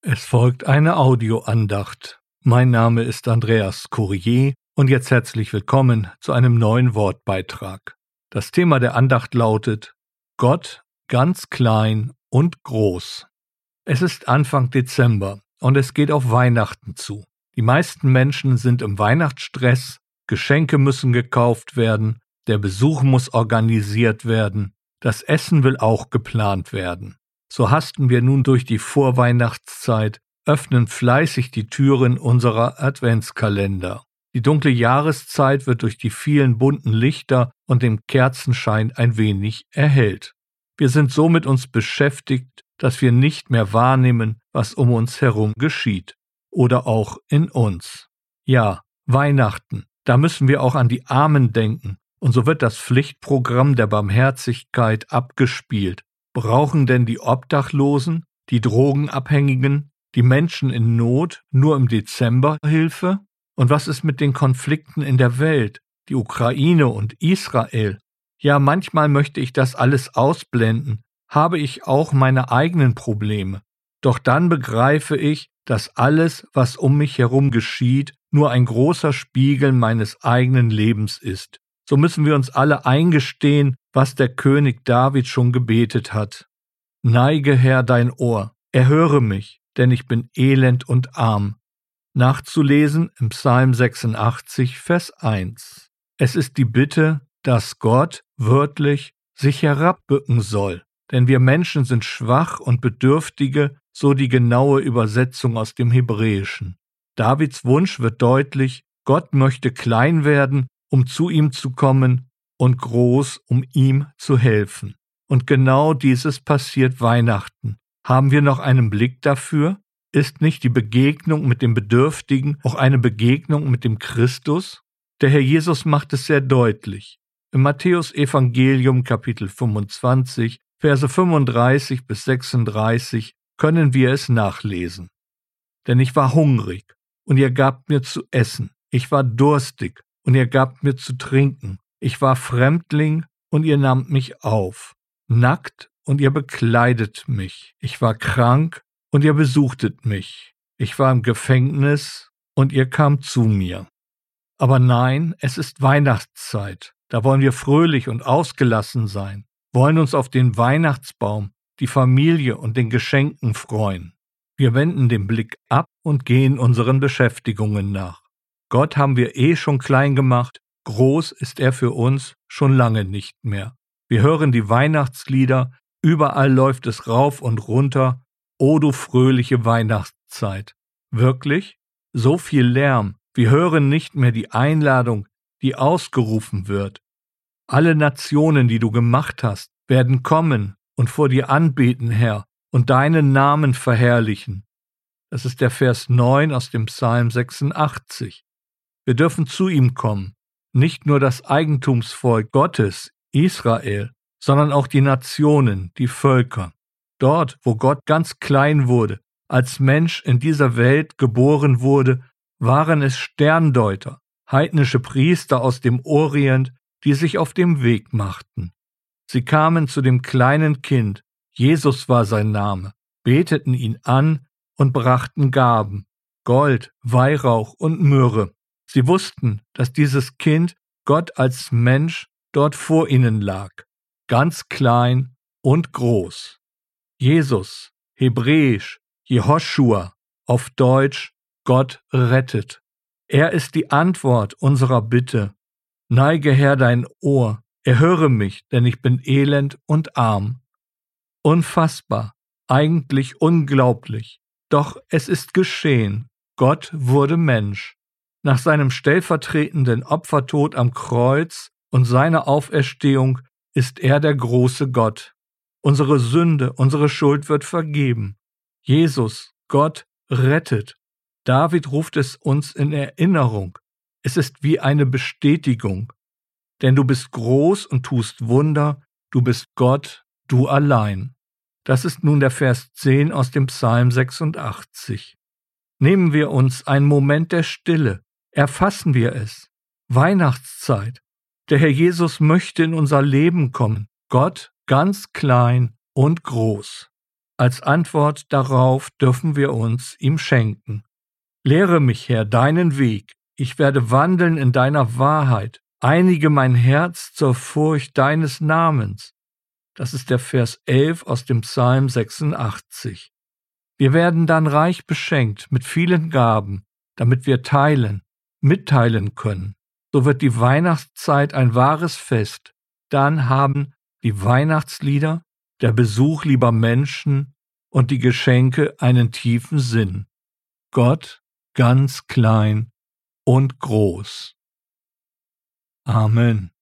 Es folgt eine Audioandacht. Mein Name ist Andreas Courier und jetzt herzlich willkommen zu einem neuen Wortbeitrag. Das Thema der Andacht lautet: Gott ganz klein und groß. Es ist Anfang Dezember und es geht auf Weihnachten zu. Die meisten Menschen sind im Weihnachtsstress, Geschenke müssen gekauft werden, der Besuch muss organisiert werden, das Essen will auch geplant werden. So hasten wir nun durch die Vorweihnachtszeit, öffnen fleißig die Türen unserer Adventskalender. Die dunkle Jahreszeit wird durch die vielen bunten Lichter und dem Kerzenschein ein wenig erhellt. Wir sind so mit uns beschäftigt, dass wir nicht mehr wahrnehmen, was um uns herum geschieht. Oder auch in uns. Ja, Weihnachten, da müssen wir auch an die Armen denken. Und so wird das Pflichtprogramm der Barmherzigkeit abgespielt. Brauchen denn die Obdachlosen, die Drogenabhängigen, die Menschen in Not nur im Dezember Hilfe? Und was ist mit den Konflikten in der Welt, die Ukraine und Israel? Ja, manchmal möchte ich das alles ausblenden, habe ich auch meine eigenen Probleme. Doch dann begreife ich, dass alles, was um mich herum geschieht, nur ein großer Spiegel meines eigenen Lebens ist. So müssen wir uns alle eingestehen, was der König David schon gebetet hat. Neige, Herr, dein Ohr, erhöre mich, denn ich bin elend und arm. Nachzulesen im Psalm 86, Vers 1. Es ist die Bitte, dass Gott wörtlich sich herabbücken soll, denn wir Menschen sind schwach und Bedürftige, so die genaue Übersetzung aus dem Hebräischen. Davids Wunsch wird deutlich: Gott möchte klein werden, um zu ihm zu kommen, und groß, um ihm zu helfen. Und genau dieses passiert Weihnachten. Haben wir noch einen Blick dafür? Ist nicht die Begegnung mit dem Bedürftigen auch eine Begegnung mit dem Christus? Der Herr Jesus macht es sehr deutlich. Im Matthäus-Evangelium Kapitel 25, Verse 35 bis 36 können wir es nachlesen. Denn ich war hungrig, und ihr gabt mir zu essen. Ich war durstig, und ihr gabt mir zu trinken. Ich war Fremdling, und ihr nahmt mich auf. Nackt, und ihr bekleidet mich. Ich war krank, und ihr besuchtet mich. Ich war im Gefängnis, und ihr kamt zu mir. Aber nein, es ist Weihnachtszeit. Da wollen wir fröhlich und ausgelassen sein, wollen uns auf den Weihnachtsbaum, die Familie und den Geschenken freuen. Wir wenden den Blick ab und gehen unseren Beschäftigungen nach. Gott haben wir schon klein gemacht, groß ist er für uns schon lange nicht mehr. Wir hören die Weihnachtslieder, überall läuft es rauf und runter. O du fröhliche Weihnachtszeit. Wirklich? So viel Lärm. Wir hören nicht mehr die Einladung, die ausgerufen wird. Alle Nationen, die du gemacht hast, werden kommen und vor dir anbeten, Herr, und deinen Namen verherrlichen. Das ist der Vers 9 aus dem Psalm 86. Wir dürfen zu ihm kommen, nicht nur das Eigentumsvolk Gottes, Israel, sondern auch die Nationen, die Völker. Dort, wo Gott ganz klein wurde, als Mensch in dieser Welt geboren wurde, waren es Sterndeuter, heidnische Priester aus dem Orient, die sich auf dem Weg machten. Sie kamen zu dem kleinen Kind, Jesus war sein Name, beteten ihn an und brachten Gaben, Gold, Weihrauch und Myrrhe. Sie wussten, dass dieses Kind, Gott als Mensch, dort vor ihnen lag, ganz klein und groß. Jesus, hebräisch, Jehoschua, auf Deutsch, Gott rettet. Er ist die Antwort unserer Bitte. Neige, Herr, dein Ohr, erhöre mich, denn ich bin elend und arm. Unfassbar, eigentlich unglaublich, doch es ist geschehen. Gott wurde Mensch. Nach seinem stellvertretenden Opfertod am Kreuz und seiner Auferstehung ist er der große Gott. Unsere Sünde, unsere Schuld wird vergeben. Jesus, Gott, rettet. David ruft es uns in Erinnerung. Es ist wie eine Bestätigung. Denn du bist groß und tust Wunder, du bist Gott, du allein. Das ist nun der Vers 10 aus dem Psalm 86. Nehmen wir uns einen Moment der Stille, erfassen wir es. Weihnachtszeit. Der Herr Jesus möchte in unser Leben kommen. Gott ganz klein und groß. Als Antwort darauf dürfen wir uns ihm schenken. Lehre mich, Herr, deinen Weg. Ich werde wandeln in deiner Wahrheit. Einige mein Herz zur Furcht deines Namens. Das ist der Vers 11 aus dem Psalm 86. Wir werden dann reich beschenkt mit vielen Gaben, damit wir mitteilen können. So wird die Weihnachtszeit ein wahres Fest. Dann haben die Weihnachtslieder, der Besuch lieber Menschen und die Geschenke einen tiefen Sinn. Gott ganz klein und groß. Amen.